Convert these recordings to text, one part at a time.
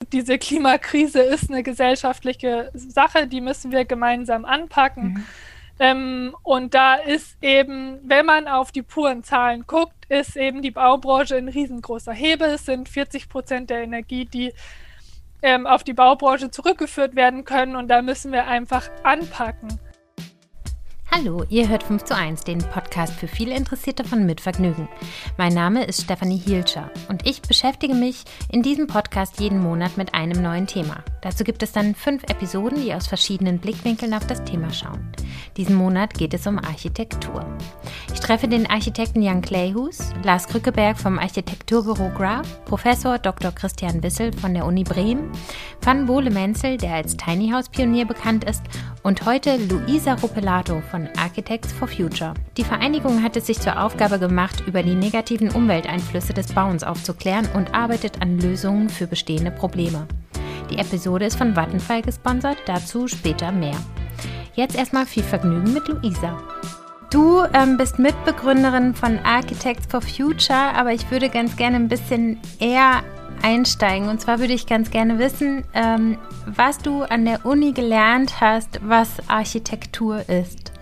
diese Klimakrise ist eine gesellschaftliche Sache, die müssen wir gemeinsam anpacken. Und da ist eben, wenn man auf die puren Zahlen guckt, ist eben die Baubranche ein riesengroßer Hebel. Es sind 40% der Energie, die auf die Baubranche zurückgeführt werden können, und da müssen wir einfach anpacken. Hallo, ihr hört 5:1, den Podcast für viele Interessierte von Mitvergnügen. Mein Name ist Stefanie Hielscher und ich beschäftige mich in diesem Podcast jeden Monat mit einem neuen Thema. Dazu gibt es dann 5 Episoden, die aus verschiedenen Blickwinkeln auf das Thema schauen. Diesen Monat geht es um Architektur. Ich treffe den Architekten Jan Kleihus, Lars Krückeberg vom Architekturbüro Graph, Professor Dr. Christian Wissel von der Uni Bremen, Van Bohle-Menzel, der als Tiny House Pionier bekannt ist, und heute Luisa Ruppelato von Architects for Future. Die Vereinigung hat es sich zur Aufgabe gemacht, über die negativen Umwelteinflüsse des Bauens aufzuklären und arbeitet an Lösungen für bestehende Probleme. Die Episode ist von Vattenfall gesponsert, dazu später mehr. Jetzt erstmal viel Vergnügen mit Luisa. Du bist Mitbegründerin von Architects for Future, aber ich würde ganz gerne ein bisschen eher einsteigen. Und zwar würde ich ganz gerne wissen, was du an der Uni gelernt hast, was Architektur ist.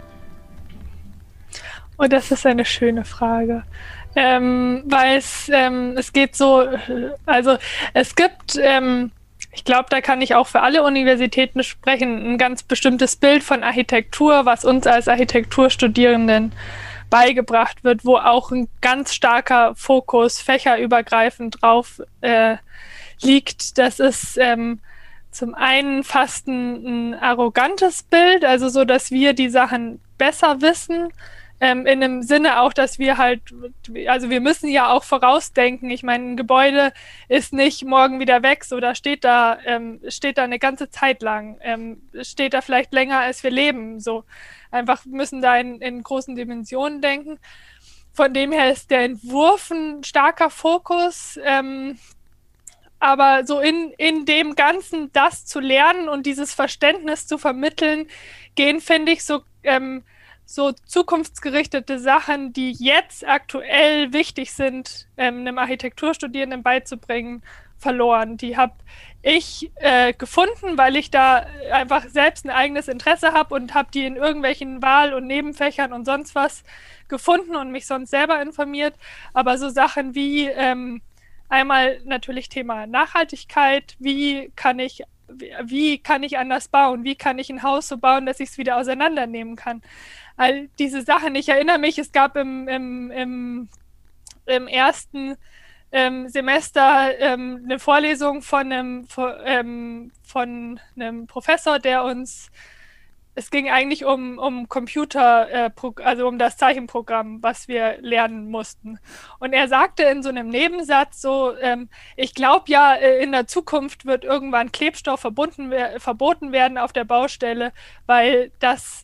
Oh, das ist eine schöne Frage. Weil es geht so, also es gibt, ich glaube, da kann ich auch für alle Universitäten sprechen, ein ganz bestimmtes Bild von Architektur, was uns als Architekturstudierenden beigebracht wird, wo auch ein ganz starker Fokus fächerübergreifend drauf liegt. Das ist zum einen fast ein arrogantes Bild, also so, dass wir die Sachen besser wissen, in dem Sinne auch, dass wir halt, also wir müssen ja auch vorausdenken. Ich meine, ein Gebäude ist nicht morgen wieder weg, so, da steht da eine ganze Zeit lang, steht da vielleicht länger, als wir leben, so. Einfach müssen da in großen Dimensionen denken. Von dem her ist der Entwurf ein starker Fokus, aber so in dem Ganzen das zu lernen und dieses Verständnis zu vermitteln, gehen, finde ich, so zukunftsgerichtete Sachen, die jetzt aktuell wichtig sind, einem Architekturstudierenden beizubringen, verloren. Die habe ich gefunden, weil ich da einfach selbst ein eigenes Interesse habe und habe die in irgendwelchen Wahl- und Nebenfächern und sonst was gefunden und mich sonst selber informiert. Aber so Sachen wie einmal natürlich Thema Nachhaltigkeit, wie kann ich anders bauen, wie kann ich ein Haus so bauen, dass ich es wieder auseinandernehmen kann. All diese Sachen, ich erinnere mich, es gab im ersten Semester eine Vorlesung von einem Professor, der uns, es ging eigentlich um Computer, also um das Zeichenprogramm, was wir lernen mussten. Und er sagte in so einem Nebensatz so, ich glaube ja, in der Zukunft wird irgendwann Klebstoff verboten werden auf der Baustelle, weil das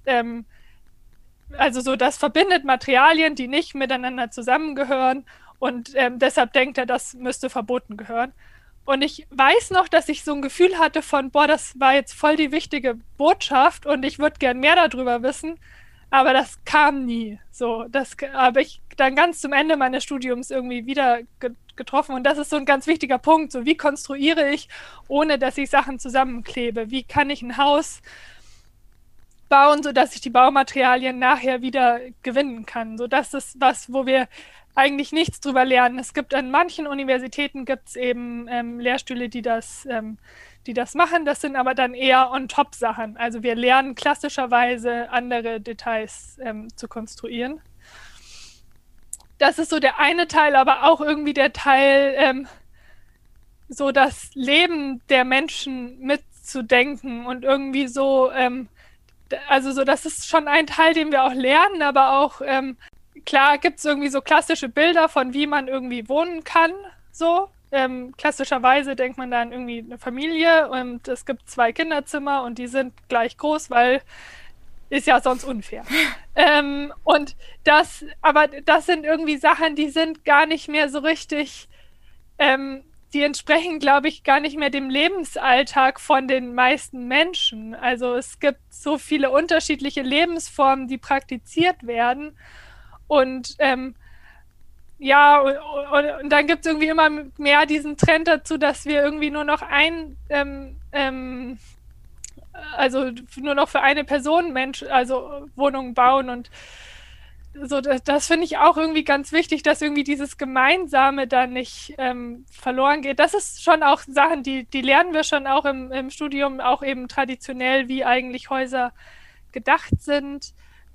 das verbindet Materialien, die nicht miteinander zusammengehören, und deshalb denkt er, das müsste verboten gehören. Und ich weiß noch, dass ich so ein Gefühl hatte von, boah, das war jetzt voll die wichtige Botschaft und ich würde gern mehr darüber wissen, aber das kam nie. So, das habe ich dann ganz zum Ende meines Studiums irgendwie wieder getroffen, und das ist so ein ganz wichtiger Punkt. So, wie konstruiere ich, ohne dass ich Sachen zusammenklebe? Wie kann ich ein Haus bauen, sodass ich die Baumaterialien nachher wieder gewinnen kann? So, das ist was, wo wir eigentlich nichts drüber lernen. Es gibt an manchen Universitäten eben Lehrstühle, die das machen. Das sind aber dann eher on-top-Sachen. Also wir lernen klassischerweise andere Details zu konstruieren. Das ist so der eine Teil, aber auch irgendwie der Teil, so das Leben der Menschen mitzudenken und irgendwie so, also so, das ist schon ein Teil, den wir auch lernen, aber auch klar gibt es irgendwie so klassische Bilder von, wie man irgendwie wohnen kann, so. Klassischerweise denkt man dann irgendwie eine Familie und es gibt 2 Kinderzimmer und die sind gleich groß, weil ist ja sonst unfair. Aber das sind irgendwie Sachen, die sind gar nicht mehr so richtig, die entsprechen, glaube ich, gar nicht mehr dem Lebensalltag von den meisten Menschen. Also es gibt so viele unterschiedliche Lebensformen, die praktiziert werden. Und ja, und dann gibt es irgendwie immer mehr diesen Trend dazu, dass wir irgendwie nur noch also nur noch für eine Person also Wohnungen bauen und so, das finde ich auch irgendwie ganz wichtig, dass irgendwie dieses Gemeinsame da nicht verloren geht. Das ist schon auch Sachen, die lernen wir schon auch im Studium, auch eben traditionell, wie eigentlich Häuser gedacht sind.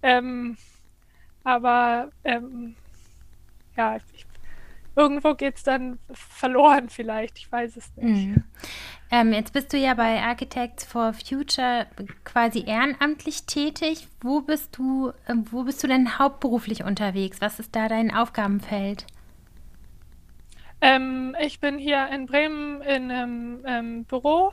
Aber ja, irgendwo geht es dann verloren vielleicht, ich weiß es nicht. Mhm. Jetzt bist du ja bei Architects for Future quasi ehrenamtlich tätig. Wo bist du denn hauptberuflich unterwegs? Was ist da dein Aufgabenfeld? Ich bin hier in Bremen in einem Büro.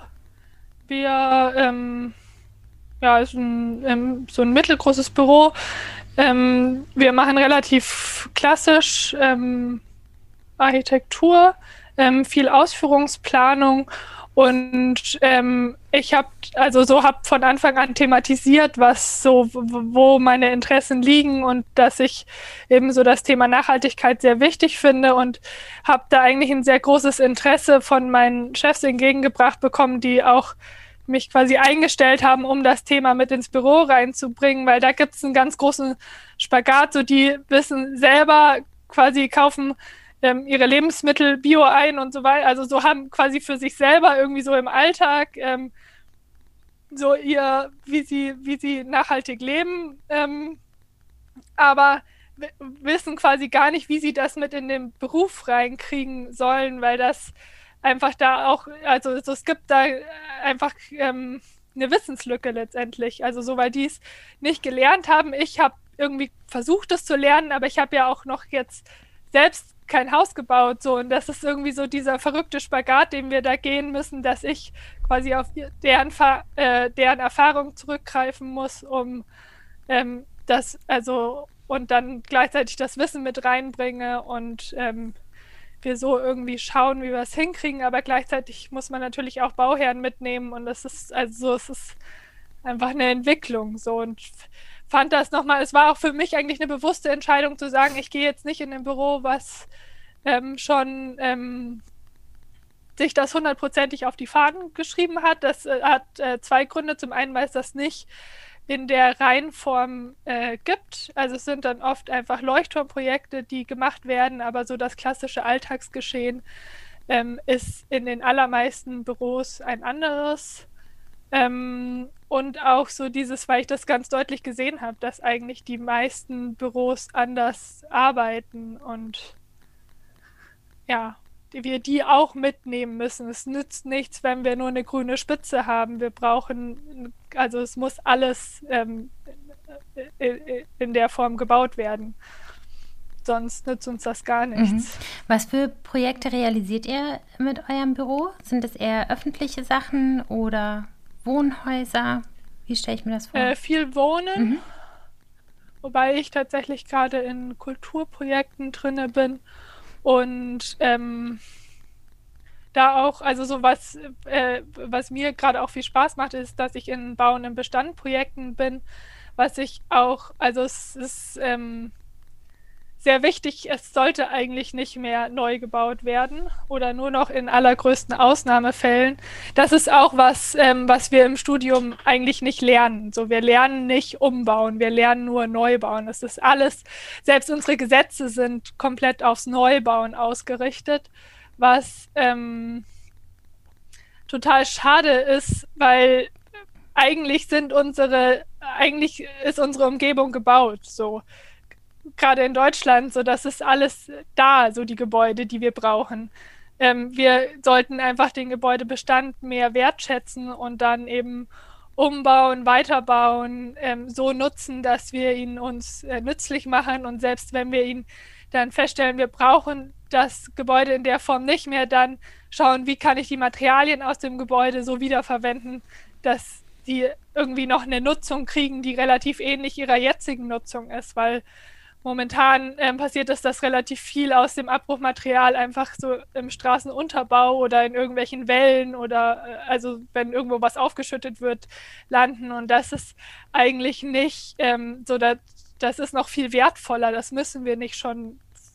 Ja, ist so ein mittelgroßes Büro. Wir machen relativ klassisch Architektur, viel Ausführungsplanung und ich habe von Anfang an thematisiert, wo meine Interessen liegen und dass ich eben so das Thema Nachhaltigkeit sehr wichtig finde und habe da eigentlich ein sehr großes Interesse von meinen Chefs entgegengebracht bekommen, die auch mich quasi eingestellt haben, um das Thema mit ins Büro reinzubringen, weil da gibt es einen ganz großen Spagat, so die wissen selber quasi kaufen ihre Lebensmittel bio ein und so weiter, also so haben quasi für sich selber irgendwie so im Alltag wie sie nachhaltig leben, aber wissen quasi gar nicht, wie sie das mit in den Beruf reinkriegen sollen, weil das einfach da auch, also es gibt da einfach eine Wissenslücke letztendlich, also so, weil die es nicht gelernt haben. Ich habe irgendwie versucht, es zu lernen, aber ich habe ja auch noch jetzt selbst kein Haus gebaut, so, und das ist irgendwie so dieser verrückte Spagat, den wir da gehen müssen, dass ich quasi auf deren Erfahrung zurückgreifen muss, um und dann gleichzeitig das Wissen mit reinbringe und wir so irgendwie schauen, wie wir es hinkriegen, aber gleichzeitig muss man natürlich auch Bauherren mitnehmen und es ist einfach eine Entwicklung so, und fand das nochmal, es war auch für mich eigentlich eine bewusste Entscheidung zu sagen, ich gehe jetzt nicht in ein Büro, was schon sich das 100%ig auf die Fahnen geschrieben hat. Das hat zwei Gründe. Zum einen, weil es das nicht in der Reihenform gibt. Also es sind dann oft einfach Leuchtturmprojekte, die gemacht werden, aber so das klassische Alltagsgeschehen ist in den allermeisten Büros ein anderes. Und auch so weil ich das ganz deutlich gesehen habe, dass eigentlich die meisten Büros anders arbeiten und ja, wir die auch mitnehmen müssen. Es nützt nichts, wenn wir nur eine grüne Spitze haben. Also es muss alles in der Form gebaut werden. Sonst nützt uns das gar nichts. Mhm. Was für Projekte realisiert ihr mit eurem Büro? Sind es eher öffentliche Sachen oder Wohnhäuser? Wie stelle ich mir das vor? Viel Wohnen, wobei ich tatsächlich gerade in Kulturprojekten drinne bin und da auch, also so was mir gerade auch viel Spaß macht, ist, dass ich in Bauen im Bestandprojekten bin, was ich auch, also es ist sehr wichtig, es sollte eigentlich nicht mehr neu gebaut werden oder nur noch in allergrößten Ausnahmefällen. Das ist auch was wir im Studium eigentlich nicht lernen. So, wir lernen nicht umbauen, wir lernen nur neu bauen. Das ist alles, selbst unsere Gesetze sind komplett aufs Neubauen ausgerichtet, was total schade ist, weil eigentlich ist unsere Umgebung gebaut, so. Gerade in Deutschland, so, das ist alles da, so die Gebäude, die wir brauchen. Wir sollten einfach den Gebäudebestand mehr wertschätzen und dann eben umbauen, weiterbauen, so nutzen, dass wir ihn uns nützlich machen, und selbst wenn wir ihn dann feststellen, wir brauchen das Gebäude in der Form nicht mehr, dann schauen, wie kann ich die Materialien aus dem Gebäude so wiederverwenden, dass die irgendwie noch eine Nutzung kriegen, die relativ ähnlich ihrer jetzigen Nutzung ist, weil momentan passiert es, dass relativ viel aus dem Abbruchmaterial einfach so im Straßenunterbau oder in irgendwelchen Wellen oder also wenn irgendwo was aufgeschüttet wird, landen, und das ist eigentlich nicht das ist noch viel wertvoller, das müssen wir nicht schon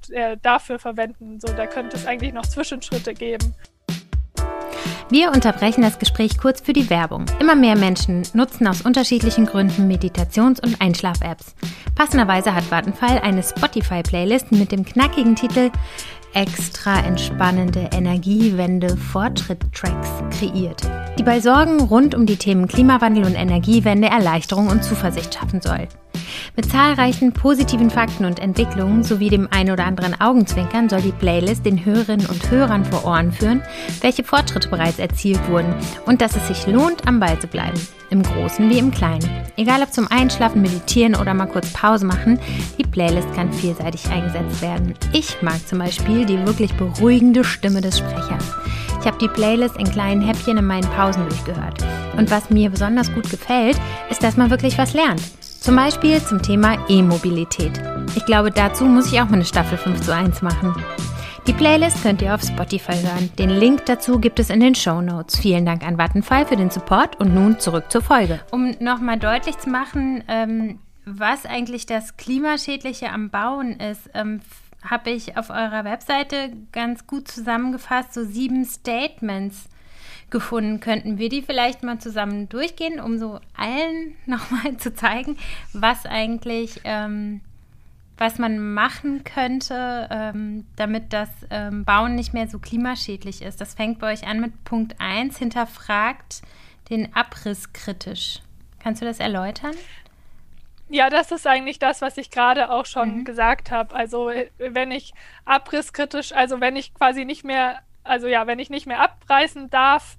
dafür verwenden. So, da könnte es eigentlich noch Zwischenschritte geben. Wir unterbrechen das Gespräch kurz für die Werbung. Immer mehr Menschen nutzen aus unterschiedlichen Gründen Meditations- und Einschlaf-Apps. Passenderweise hat Vattenfall eine Spotify-Playlist mit dem knackigen Titel Extra entspannende Energiewende-Fortschritt-Tracks kreiert, die bei Sorgen rund um die Themen Klimawandel und Energiewende Erleichterung und Zuversicht schaffen soll. Mit zahlreichen positiven Fakten und Entwicklungen sowie dem ein oder anderen Augenzwinkern soll die Playlist den Hörerinnen und Hörern vor Ohren führen, welche Fortschritte bereits erzielt wurden und dass es sich lohnt, am Ball zu bleiben. Im Großen wie im Kleinen. Egal ob zum Einschlafen, Meditieren oder mal kurz Pause machen, die Playlist kann vielseitig eingesetzt werden. Ich mag zum Beispiel die wirklich beruhigende Stimme des Sprechers. Ich habe die Playlist in kleinen Häppchen in meinen Pausen durchgehört. Und was mir besonders gut gefällt, ist, dass man wirklich was lernt. Zum Beispiel zum Thema E-Mobilität. Ich glaube, dazu muss ich auch mal eine Staffel 5:1 machen. Die Playlist könnt ihr auf Spotify hören. Den Link dazu gibt es in den Shownotes. Vielen Dank an Vattenfall für den Support und nun zurück zur Folge. Um nochmal deutlich zu machen, was eigentlich das Klimaschädliche am Bauen ist, habe ich auf eurer Webseite ganz gut zusammengefasst, so 7 Statements gefunden. Könnten wir die vielleicht mal zusammen durchgehen, um so allen nochmal zu zeigen, was eigentlich, was man machen könnte, damit das Bauen nicht mehr so klimaschädlich ist. Das fängt bei euch an mit Punkt 1, hinterfragt den Abriss kritisch. Kannst du das erläutern? Ja, das ist eigentlich das, was ich gerade auch schon gesagt habe. Also wenn ich abrisskritisch, also wenn ich quasi nicht mehr, wenn ich nicht mehr abreißen darf,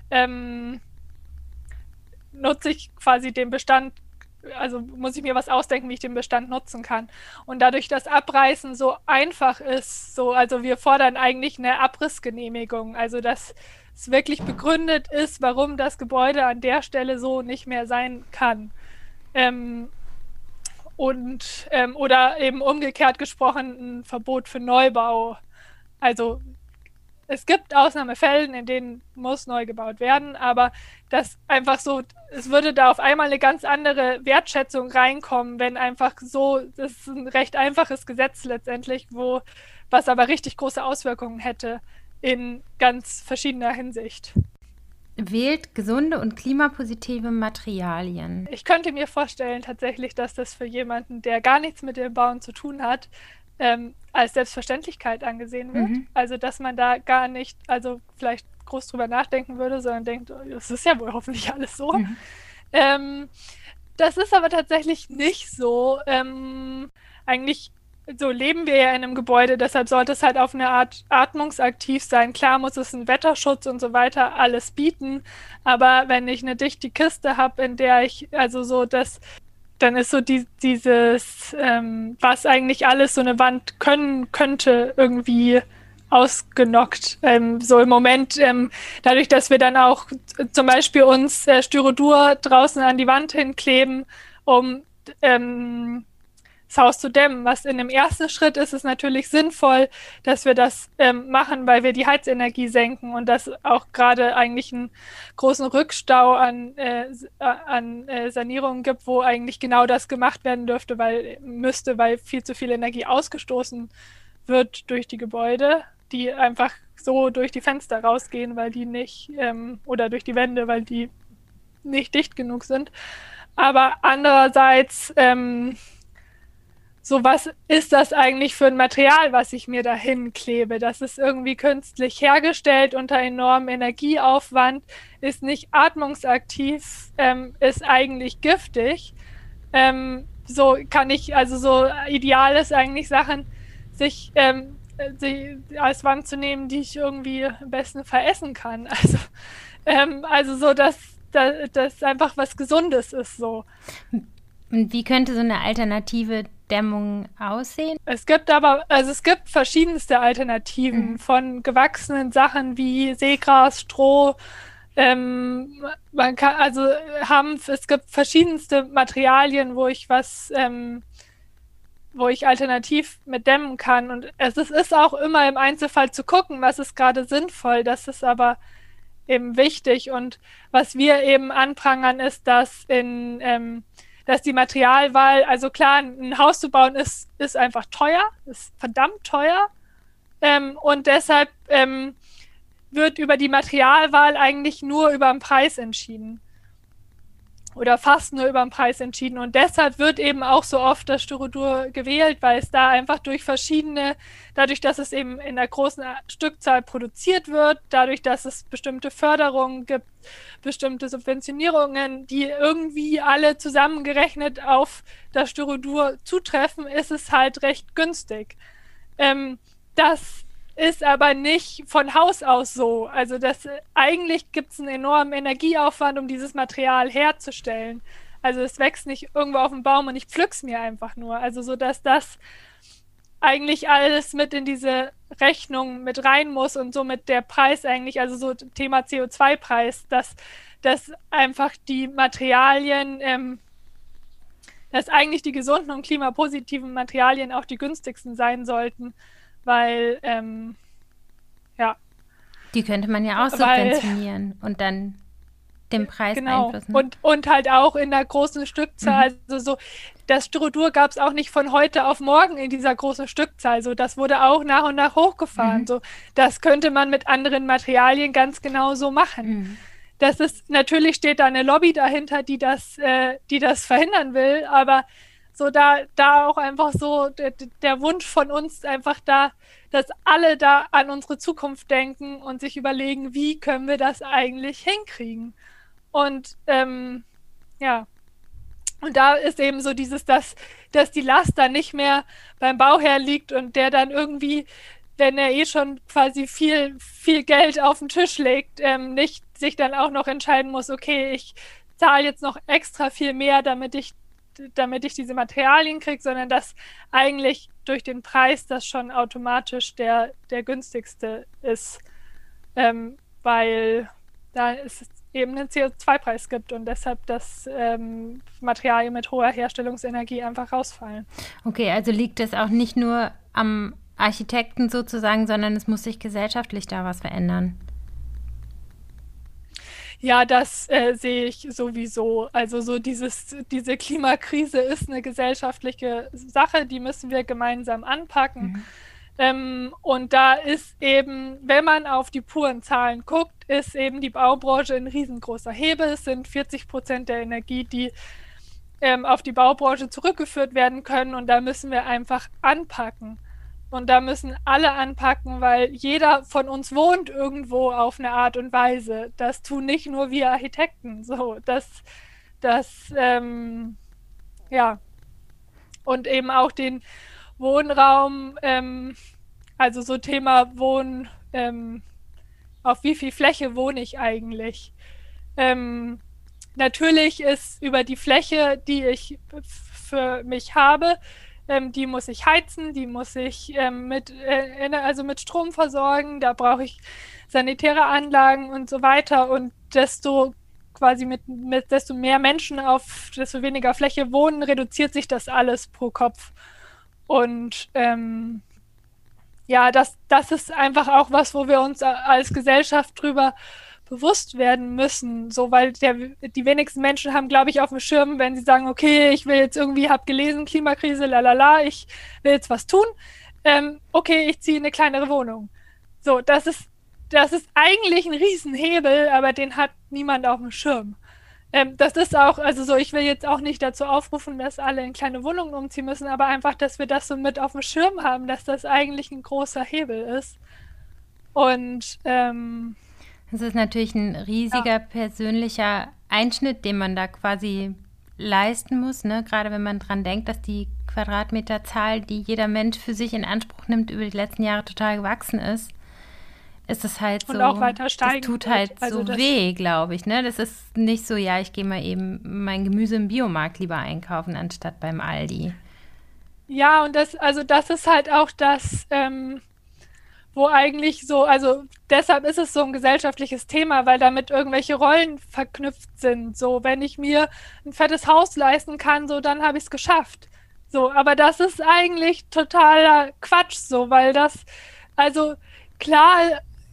nutze ich quasi den Bestand, also muss ich mir was ausdenken, wie ich den Bestand nutzen kann. Und dadurch, dass Abreißen so einfach ist, also wir fordern eigentlich eine Abrissgenehmigung, also dass es wirklich begründet ist, warum das Gebäude an der Stelle so nicht mehr sein kann. Oder eben umgekehrt gesprochen ein Verbot für Neubau. Also es gibt Ausnahmefälle, in denen muss neu gebaut werden, aber das einfach so, es würde da auf einmal eine ganz andere Wertschätzung reinkommen, wenn einfach so, das ist ein recht einfaches Gesetz letztendlich, was aber richtig große Auswirkungen hätte in ganz verschiedener Hinsicht. Wählt gesunde und klimapositive Materialien. Ich könnte mir vorstellen tatsächlich, dass das für jemanden, der gar nichts mit dem Bauen zu tun hat, als Selbstverständlichkeit angesehen wird. Also dass man da gar nicht, also vielleicht groß drüber nachdenken würde, sondern denkt, oh, das ist ja wohl hoffentlich alles so. Das ist aber tatsächlich nicht so. Eigentlich so leben wir ja in einem Gebäude, deshalb sollte es halt auf eine Art atmungsaktiv sein. Klar muss es einen Wetterschutz und so weiter alles bieten, aber wenn ich eine dichte Kiste habe, in der ich, also so das, dann ist so dieses, was eigentlich alles so eine Wand können könnte, irgendwie ausgenockt. So im Moment, dadurch, dass wir dann auch zum Beispiel uns Styrodur draußen an die Wand hinkleben, um das Haus zu dämmen. Was in dem ersten Schritt ist, ist natürlich sinnvoll, dass wir das machen, weil wir die Heizenergie senken und das auch gerade eigentlich einen großen Rückstau an Sanierungen gibt, wo eigentlich genau das gemacht werden dürfte, weil viel zu viel Energie ausgestoßen wird durch die Gebäude, die einfach so durch die Fenster rausgehen, weil die nicht, oder durch die Wände, weil die nicht dicht genug sind. Aber andererseits, so was ist das eigentlich für ein Material, was ich mir dahin klebe? Das ist irgendwie künstlich hergestellt unter enormem Energieaufwand, ist nicht atmungsaktiv, ist eigentlich giftig. So kann ich, also so ideal ist eigentlich Sachen, sich als Wand zu nehmen, die ich irgendwie am besten veressen kann. Also so, dass das einfach was Gesundes ist so. Und wie könnte so eine alternative Dämmung aussehen? Es gibt verschiedenste Alternativen von gewachsenen Sachen wie Seegras, Stroh. Es gibt verschiedenste Materialien, wo ich alternativ mit dämmen kann. Und es ist auch immer im Einzelfall zu gucken, was ist gerade sinnvoll. Das ist aber eben wichtig. Und was wir eben anprangern, ist, dass dass die Materialwahl, also klar, ein Haus zu bauen ist einfach teuer, ist verdammt teuer. Und deshalb wird über die Materialwahl eigentlich nur über den Preis entschieden. Oder fast nur über den Preis entschieden. Und deshalb wird eben auch so oft das Styrodur gewählt, weil es da einfach dadurch, dass es eben in einer großen Stückzahl produziert wird, dadurch, dass es bestimmte Förderungen gibt, bestimmte Subventionierungen, die irgendwie alle zusammengerechnet auf das Styrodur zutreffen, ist es halt recht günstig. Das ist aber nicht von Haus aus so. Also eigentlich gibt es einen enormen Energieaufwand, um dieses Material herzustellen. Also es wächst nicht irgendwo auf dem Baum und ich pflück's mir einfach nur. Also so, dass das eigentlich alles mit in diese Rechnung mit rein muss und somit der Preis eigentlich, also so Thema CO2-Preis, dass einfach die Materialien, dass eigentlich die gesunden und klimapositiven Materialien auch die günstigsten sein sollten. Weil, ja. Die könnte man ja auch subventionieren und dann den Preis beeinflussen. Und halt auch in der großen Stückzahl. Also so, das Styrodur gab es auch nicht von heute auf morgen in dieser großen Stückzahl. So, das wurde auch nach und nach hochgefahren. So, das könnte man mit anderen Materialien ganz genau so machen. Das ist, natürlich steht da eine Lobby dahinter, die das verhindern will, aber so da auch einfach so der Wunsch von uns einfach da, dass alle da an unsere Zukunft denken und sich überlegen, wie können wir das eigentlich hinkriegen. Und ja, und da ist eben so dieses, dass die Last dann nicht mehr beim Bauherr liegt und der dann irgendwie, wenn er eh schon quasi viel, viel Geld auf den Tisch legt, nicht sich dann auch noch entscheiden muss, okay, ich zahle jetzt noch extra viel mehr, damit ich diese Materialien kriege, sondern dass eigentlich durch den Preis das schon automatisch der günstigste ist, weil da es eben einen CO2-Preis gibt und deshalb das Materialien mit hoher Herstellungsenergie einfach rausfallen. Okay, also liegt es auch nicht nur am Architekten sozusagen, sondern es muss sich gesellschaftlich da was verändern. Ja, das sehe ich sowieso. Also so diese Klimakrise ist eine gesellschaftliche Sache, die müssen wir gemeinsam anpacken. Und da ist eben, wenn man auf die puren Zahlen guckt, ist eben die Baubranche ein riesengroßer Hebel. Es sind 40% der Energie, die auf die Baubranche zurückgeführt werden können. Und da müssen wir einfach anpacken. Und da müssen alle anpacken, weil jeder von uns wohnt irgendwo auf eine Art und Weise. Das tun nicht nur wir Architekten. So, ja. Und eben auch den Wohnraum, also so Thema Wohnen, auf wie viel Fläche wohne ich eigentlich? Natürlich ist über die Fläche, die ich für mich habe, die muss ich heizen, die muss ich mit Strom versorgen, da brauche ich sanitäre Anlagen und so weiter. Und desto mehr Menschen auf desto weniger Fläche wohnen, reduziert sich das alles pro Kopf. Und ja, das ist einfach auch was, wo wir uns als Gesellschaft drüber bewusst werden müssen, so, weil die wenigsten Menschen haben, glaube ich, auf dem Schirm, wenn sie sagen, okay, ich will jetzt irgendwie, habe gelesen, Klimakrise, lalala, ich will jetzt was tun, okay, ich ziehe in eine kleinere Wohnung. So, das ist eigentlich ein Riesenhebel, aber den hat niemand auf dem Schirm. Das ist auch, also so, ich will jetzt auch nicht dazu aufrufen, dass alle in kleine Wohnungen umziehen müssen, aber einfach, dass wir das so mit auf dem Schirm haben, dass das eigentlich ein großer Hebel ist. Und das ist natürlich ein riesiger persönlicher Einschnitt, den man da quasi leisten muss, ne? Gerade wenn man dran denkt, dass die Quadratmeterzahl, die jeder Mensch für sich in Anspruch nimmt, über die letzten Jahre total gewachsen ist es halt so. Und auch weiter steigen. Das tut halt so weh, glaube ich, ne? Das ist nicht so, ja, ich gehe mal eben mein Gemüse im Biomarkt lieber einkaufen, anstatt beim Aldi. Ja, und das ist halt auch das, wo eigentlich so, also deshalb ist es so ein gesellschaftliches Thema, weil damit irgendwelche Rollen verknüpft sind. So, wenn ich mir ein fettes Haus leisten kann, so, dann habe ich es geschafft. So, aber das ist eigentlich totaler Quatsch, so, weil also klar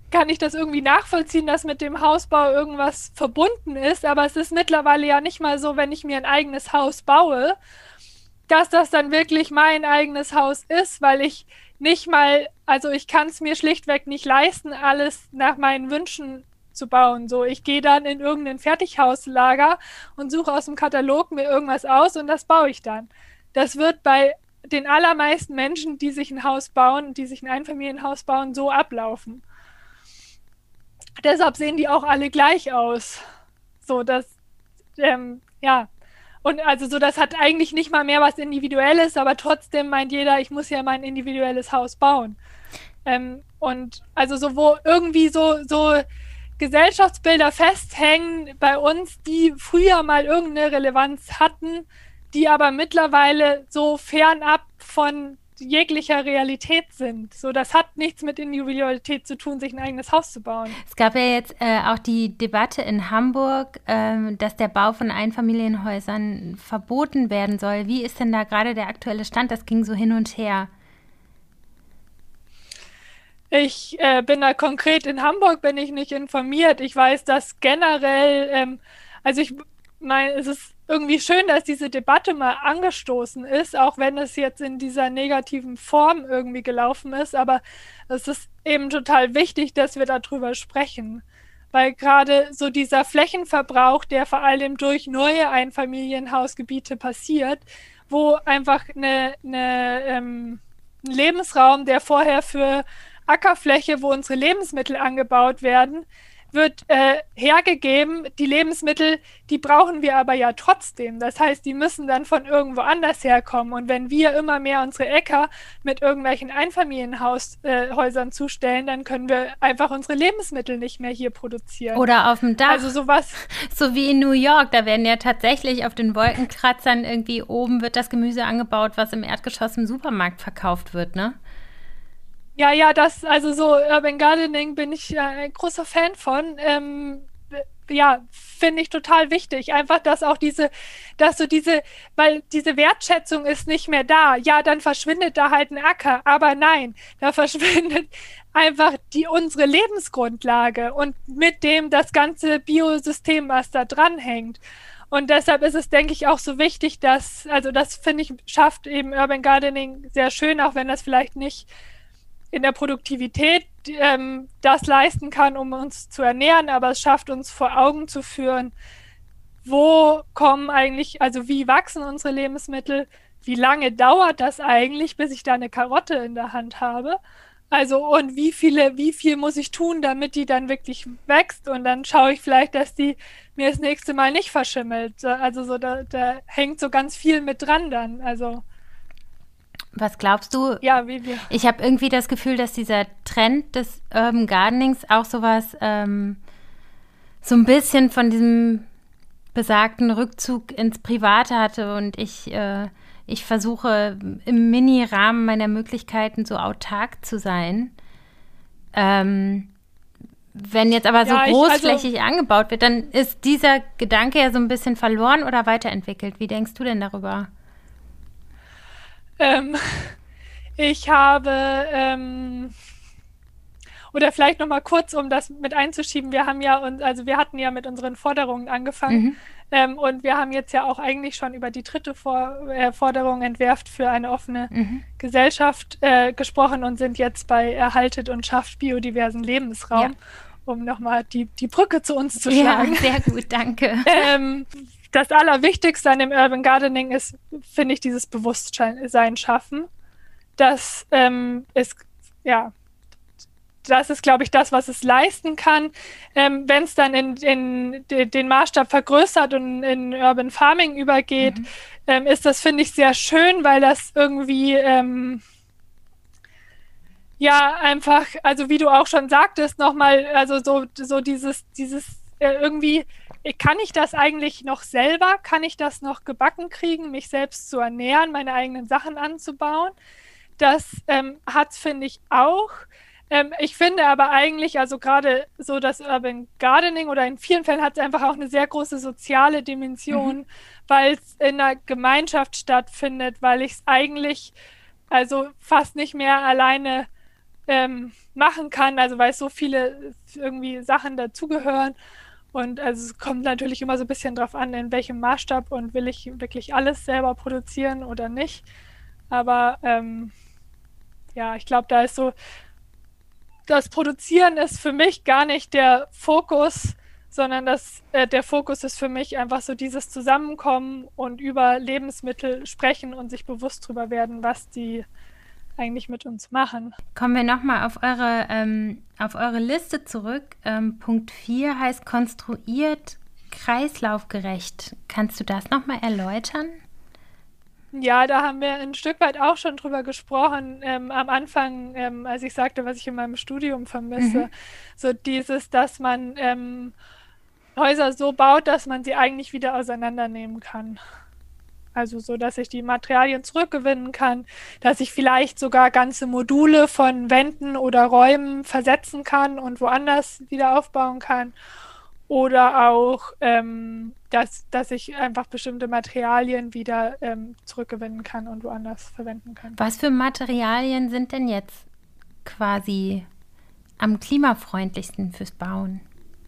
kann ich das irgendwie nachvollziehen, dass mit dem Hausbau irgendwas verbunden ist, aber es ist mittlerweile ja nicht mal so, wenn ich mir ein eigenes Haus baue, dass das dann wirklich mein eigenes Haus ist, weil ich nicht mal, also ich kann es mir schlichtweg nicht leisten, alles nach meinen Wünschen zu bauen. So, ich gehe dann in irgendein Fertighauslager und suche aus dem Katalog mir irgendwas aus und das baue ich dann. Das wird bei den allermeisten Menschen, die sich ein Haus bauen, die sich ein Einfamilienhaus bauen, so ablaufen. Deshalb sehen die auch alle gleich aus. So, ja. Und also so, das hat eigentlich nicht mal mehr was Individuelles, aber trotzdem meint jeder, ich muss ja mein individuelles Haus bauen. Und also so, wo irgendwie so Gesellschaftsbilder festhängen bei uns, die früher mal irgendeine Relevanz hatten, die aber mittlerweile so fernab von jeglicher Realität sind. So, das hat nichts mit Individualität zu tun, sich ein eigenes Haus zu bauen. Es gab ja jetzt auch die Debatte in Hamburg, dass der Bau von Einfamilienhäusern verboten werden soll. Wie ist denn da gerade der aktuelle Stand? Das ging so hin und her. Ich bin da konkret in Hamburg, bin ich nicht informiert. Ich weiß, dass generell, also ich meine, es ist irgendwie schön, dass diese Debatte mal angestoßen ist, auch wenn es jetzt in dieser negativen Form irgendwie gelaufen ist. Aber es ist eben total wichtig, dass wir darüber sprechen. Weil gerade so dieser Flächenverbrauch, der vor allem durch neue Einfamilienhausgebiete passiert, wo einfach ein Lebensraum, der vorher für Ackerfläche, wo unsere Lebensmittel angebaut werden, wird hergegeben. Die Lebensmittel, die brauchen wir aber ja trotzdem. Das heißt, die müssen dann von irgendwo anders herkommen. Und wenn wir immer mehr unsere Äcker mit irgendwelchen Einfamilienhäusern zustellen, dann können wir einfach unsere Lebensmittel nicht mehr hier produzieren. Oder auf dem Dach. Also sowas. So wie in New York, da werden ja tatsächlich auf den Wolkenkratzern irgendwie oben wird das Gemüse angebaut, was im Erdgeschoss im Supermarkt verkauft wird, ne? Ja, also so Urban Gardening bin ich ein großer Fan von. Ja, finde ich total wichtig. Einfach, weil diese Wertschätzung ist nicht mehr da. Ja, dann verschwindet da halt ein Acker. Aber nein, da verschwindet einfach unsere Lebensgrundlage und mit dem das ganze Biosystem, was da dranhängt. Und deshalb ist es, denke ich, auch so wichtig, das finde ich, schafft eben Urban Gardening sehr schön, auch wenn das vielleicht nicht in der Produktivität das leisten kann, um uns zu ernähren, aber es schafft uns vor Augen zu führen, wo kommen eigentlich, also wie wachsen unsere Lebensmittel, wie lange dauert das eigentlich, bis ich da eine Karotte in der Hand habe, also und wie viel muss ich tun, damit die dann wirklich wächst und dann schaue ich vielleicht, dass die mir das nächste Mal nicht verschimmelt, also so da hängt so ganz viel mit dran dann, also was glaubst du? Ja, ich habe irgendwie das Gefühl, dass dieser Trend des Urban Gardenings auch sowas, so ein bisschen von diesem besagten Rückzug ins Private hatte und ich versuche im Mini-Rahmen meiner Möglichkeiten so autark zu sein. Wenn jetzt aber so großflächig angebaut wird, dann ist dieser Gedanke ja so ein bisschen verloren oder weiterentwickelt. Wie denkst du denn darüber? Ich habe, oder vielleicht noch mal kurz, um das mit einzuschieben, wir hatten ja mit unseren Forderungen angefangen und wir haben jetzt ja auch eigentlich schon über die dritte Forderung entwerft für eine offene Gesellschaft gesprochen und sind jetzt bei Erhaltet und schafft biodiversen Lebensraum, um nochmal die Brücke zu uns zu schlagen. Ja, sehr gut, danke. Das Allerwichtigste an dem Urban Gardening ist, finde ich, dieses Bewusstsein schaffen. Das ist, glaube ich, das, was es leisten kann. Wenn es dann in den Maßstab vergrößert und in Urban Farming übergeht, ist das, finde ich, sehr schön, weil das irgendwie einfach, also wie du auch schon sagtest, nochmal, also so dieses irgendwie, kann ich das eigentlich noch selber? Kann ich das noch gebacken kriegen, mich selbst zu ernähren, meine eigenen Sachen anzubauen? Das hat es, finde ich, auch. Ich finde aber eigentlich, also gerade so das Urban Gardening oder in vielen Fällen hat es einfach auch eine sehr große soziale Dimension, weil es in einer Gemeinschaft stattfindet, weil ich es eigentlich also fast nicht mehr alleine machen kann, also weil es so viele irgendwie Sachen dazugehören. Und also es kommt natürlich immer so ein bisschen drauf an, in welchem Maßstab und will ich wirklich alles selber produzieren oder nicht. Aber ja, ich glaube, da ist so, das Produzieren ist für mich gar nicht der Fokus, sondern der Fokus ist für mich einfach so dieses Zusammenkommen und über Lebensmittel sprechen und sich bewusst darüber werden, was die eigentlich mit uns machen. Kommen wir nochmal auf eure Liste zurück. Punkt 4 heißt konstruiert kreislaufgerecht. Kannst du das nochmal erläutern? Ja, da haben wir ein Stück weit auch schon drüber gesprochen, am Anfang, als ich sagte, was ich in meinem Studium vermisse. So dieses, dass man Häuser so baut, dass man sie eigentlich wieder auseinandernehmen kann. Also so, dass ich die Materialien zurückgewinnen kann, dass ich vielleicht sogar ganze Module von Wänden oder Räumen versetzen kann und woanders wieder aufbauen kann. Oder auch, dass ich einfach bestimmte Materialien wieder zurückgewinnen kann und woanders verwenden kann. Was für Materialien sind denn jetzt quasi am klimafreundlichsten fürs Bauen?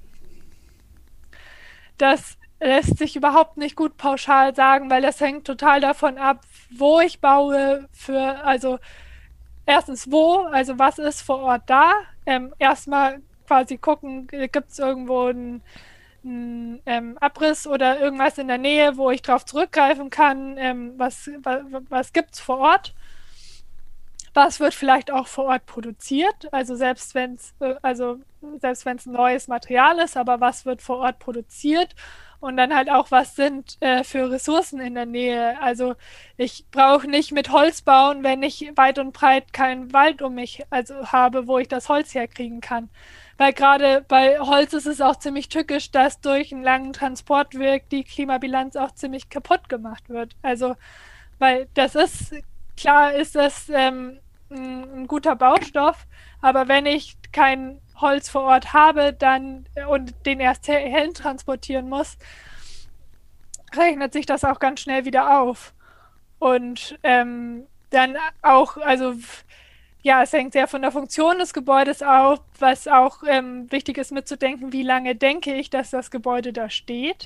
Das lässt sich überhaupt nicht gut pauschal sagen, weil das hängt total davon ab, wo ich baue, also erstens wo, also was ist vor Ort da. Erstmal quasi gucken, gibt es irgendwo einen Abriss oder irgendwas in der Nähe, wo ich drauf zurückgreifen kann, was gibt es vor Ort. Was wird vielleicht auch vor Ort produziert? Also selbst wenn es ein neues Material ist, aber was wird vor Ort produziert? Und dann halt auch, was sind für Ressourcen in der Nähe? Also ich brauche nicht mit Holz bauen, wenn ich weit und breit keinen Wald um mich habe, wo ich das Holz herkriegen kann. Weil gerade bei Holz ist es auch ziemlich tückisch, dass durch einen langen Transportweg die Klimabilanz auch ziemlich kaputt gemacht wird. Also, weil klar ist das ein guter Baustoff, aber wenn ich kein Holz vor Ort habe und den erst hin transportieren muss, rechnet sich das auch ganz schnell wieder auf. Und dann auch, also ja, es hängt sehr von der Funktion des Gebäudes ab, was auch wichtig ist mitzudenken, wie lange denke ich, dass das Gebäude da steht.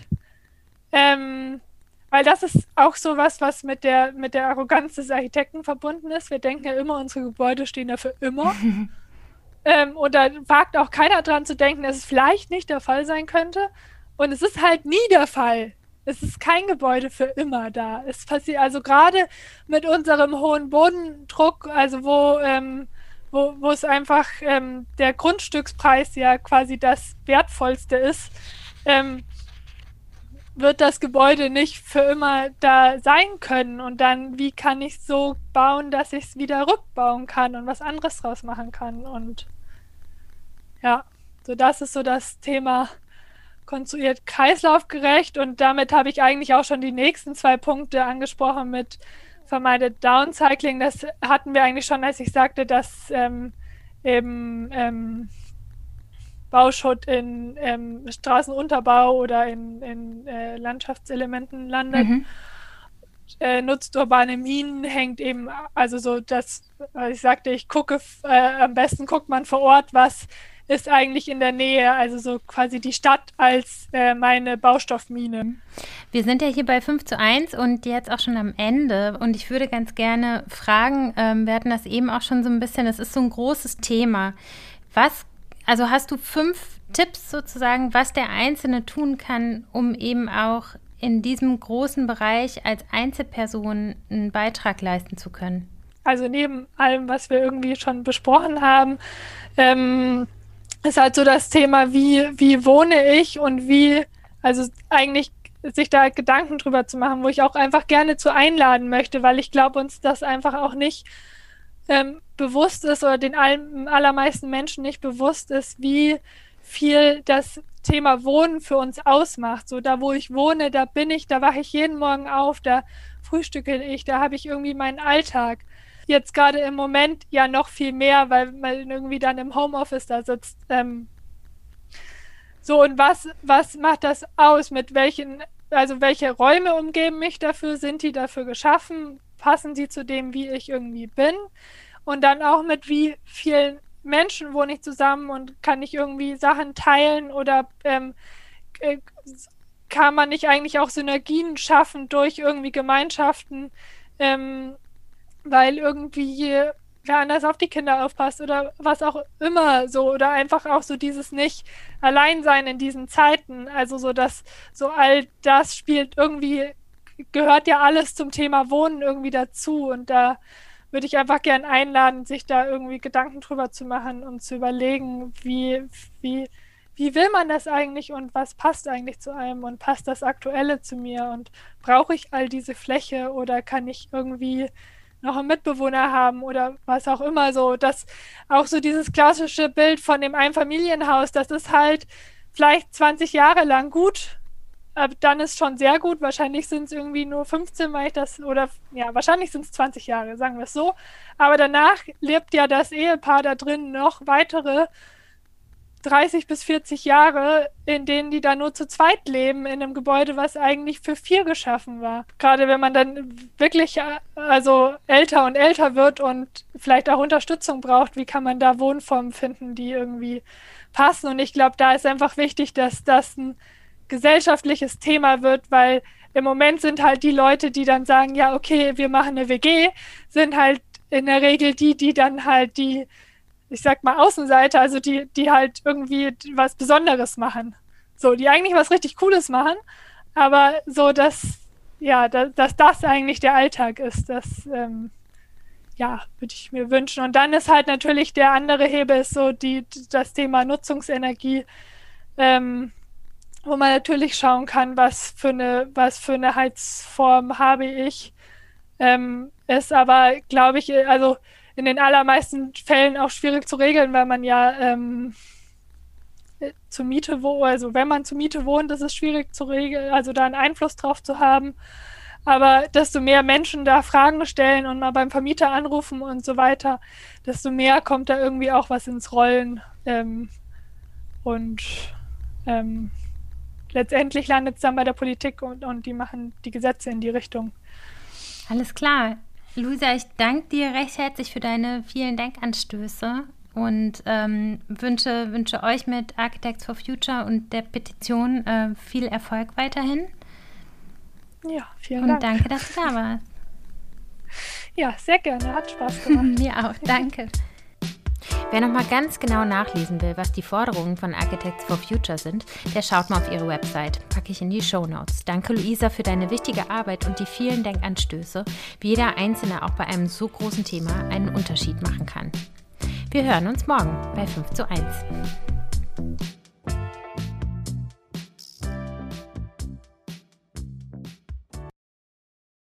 Weil das ist auch so was mit der Arroganz des Architekten verbunden ist. Wir denken ja immer, unsere Gebäude stehen da für immer. Und da wagt auch keiner dran zu denken, dass es vielleicht nicht der Fall sein könnte. Und es ist halt nie der Fall. Es ist kein Gebäude für immer da. Es passiert also gerade mit unserem hohen Bodendruck, also wo es einfach der Grundstückspreis ja quasi das Wertvollste ist, wird das Gebäude nicht für immer da sein können. Und dann, wie kann ich es so bauen, dass ich es wieder rückbauen kann und was anderes draus machen kann? Und ja, so das ist so das Thema konstruiert kreislaufgerecht. Und damit habe ich eigentlich auch schon die nächsten 2 Punkte angesprochen mit vermeidet Downcycling. Das hatten wir eigentlich schon, als ich sagte, dass eben Bauschutt in Straßenunterbau oder in Landschaftselementen landet. Nutzt urbane Minen hängt eben, also so das, ich sagte, ich gucke, am besten guckt man vor Ort, was ist eigentlich in der Nähe, also so quasi die Stadt als meine Baustoffmine. Wir sind ja hier bei 5:1 und jetzt auch schon am Ende und ich würde ganz gerne fragen, wir hatten das eben auch schon so ein bisschen, das ist so ein großes Thema. Also hast du 5 Tipps sozusagen, was der Einzelne tun kann, um eben auch in diesem großen Bereich als Einzelperson einen Beitrag leisten zu können? Also neben allem, was wir irgendwie schon besprochen haben, ist halt so das Thema, wie wohne ich und also eigentlich sich da Gedanken drüber zu machen, wo ich auch einfach gerne zu einladen möchte, weil ich glaube, uns das einfach auch nicht bewusst ist oder den allermeisten Menschen nicht bewusst ist, wie viel das Thema Wohnen für uns ausmacht. So da, wo ich wohne, da wache ich jeden Morgen auf, da frühstücke ich, da habe ich irgendwie meinen Alltag. Jetzt gerade im Moment ja noch viel mehr, weil man irgendwie dann im Homeoffice da sitzt. So, und was macht das aus? Welche Räume umgeben mich dafür? Sind die dafür geschaffen? Passen die zu dem, wie ich irgendwie bin? Und dann auch mit wie vielen Menschen wohne ich zusammen und kann ich irgendwie Sachen teilen oder kann man nicht eigentlich auch Synergien schaffen durch irgendwie Gemeinschaften, weil irgendwie wer anders auf die Kinder aufpasst oder was auch immer so oder einfach auch so dieses nicht allein sein in diesen Zeiten, also so dass so all das spielt irgendwie, gehört ja alles zum Thema Wohnen irgendwie dazu und da würde ich einfach gern einladen, sich da irgendwie Gedanken drüber zu machen und zu überlegen, wie will man das eigentlich und was passt eigentlich zu einem und passt das Aktuelle zu mir und brauche ich all diese Fläche oder kann ich irgendwie noch einen Mitbewohner haben oder was auch immer so. Das auch so dieses klassische Bild von dem Einfamilienhaus, das ist halt vielleicht 20 Jahre lang gut, dann ist schon sehr gut. Wahrscheinlich sind es irgendwie nur 15, weil ich das, oder ja, wahrscheinlich sind es 20 Jahre, sagen wir es so. Aber danach lebt ja das Ehepaar da drin noch weitere 30 bis 40 Jahre, in denen die da nur zu zweit leben, in einem Gebäude, was eigentlich für 4 geschaffen war. Gerade wenn man dann wirklich also älter und älter wird und vielleicht auch Unterstützung braucht, wie kann man da Wohnformen finden, die irgendwie passen? Und ich glaube, da ist einfach wichtig, dass das ein gesellschaftliches Thema wird, weil im Moment sind halt die Leute, die dann sagen, ja, okay, wir machen eine WG, sind halt in der Regel die dann halt ich sag mal, Außenseiter, also die halt irgendwie was Besonderes machen. So, die eigentlich was richtig Cooles machen, aber so, dass das eigentlich der Alltag ist, das, würde ich mir wünschen. Und dann ist halt natürlich der andere Hebel ist so das Thema Nutzungsenergie, wo man natürlich schauen kann, was für eine Heizform habe ich. Ist aber, glaube ich, also in den allermeisten Fällen auch schwierig zu regeln, weil man ja zur Miete wohnt, also wenn man zur Miete wohnt, ist es schwierig zu regeln, also da einen Einfluss drauf zu haben. Aber desto mehr Menschen da Fragen stellen und mal beim Vermieter anrufen und so weiter, desto mehr kommt da irgendwie auch was ins Rollen. Letztendlich landet es dann bei der Politik und die machen die Gesetze in die Richtung. Alles klar. Luisa, ich danke dir recht herzlich für deine vielen Denkanstöße und wünsche euch mit Architects for Future und der Petition viel Erfolg weiterhin. Ja, vielen Dank. Und danke, dass du da warst. Ja, sehr gerne. Hat Spaß gemacht. Mir auch. Danke. Wer nochmal ganz genau nachlesen will, was die Forderungen von Architects for Future sind, der schaut mal auf ihre Website. Packe ich in die Shownotes. Danke, Luisa, für deine wichtige Arbeit und die vielen Denkanstöße, wie jeder Einzelne auch bei einem so großen Thema einen Unterschied machen kann. Wir hören uns morgen bei 5:1.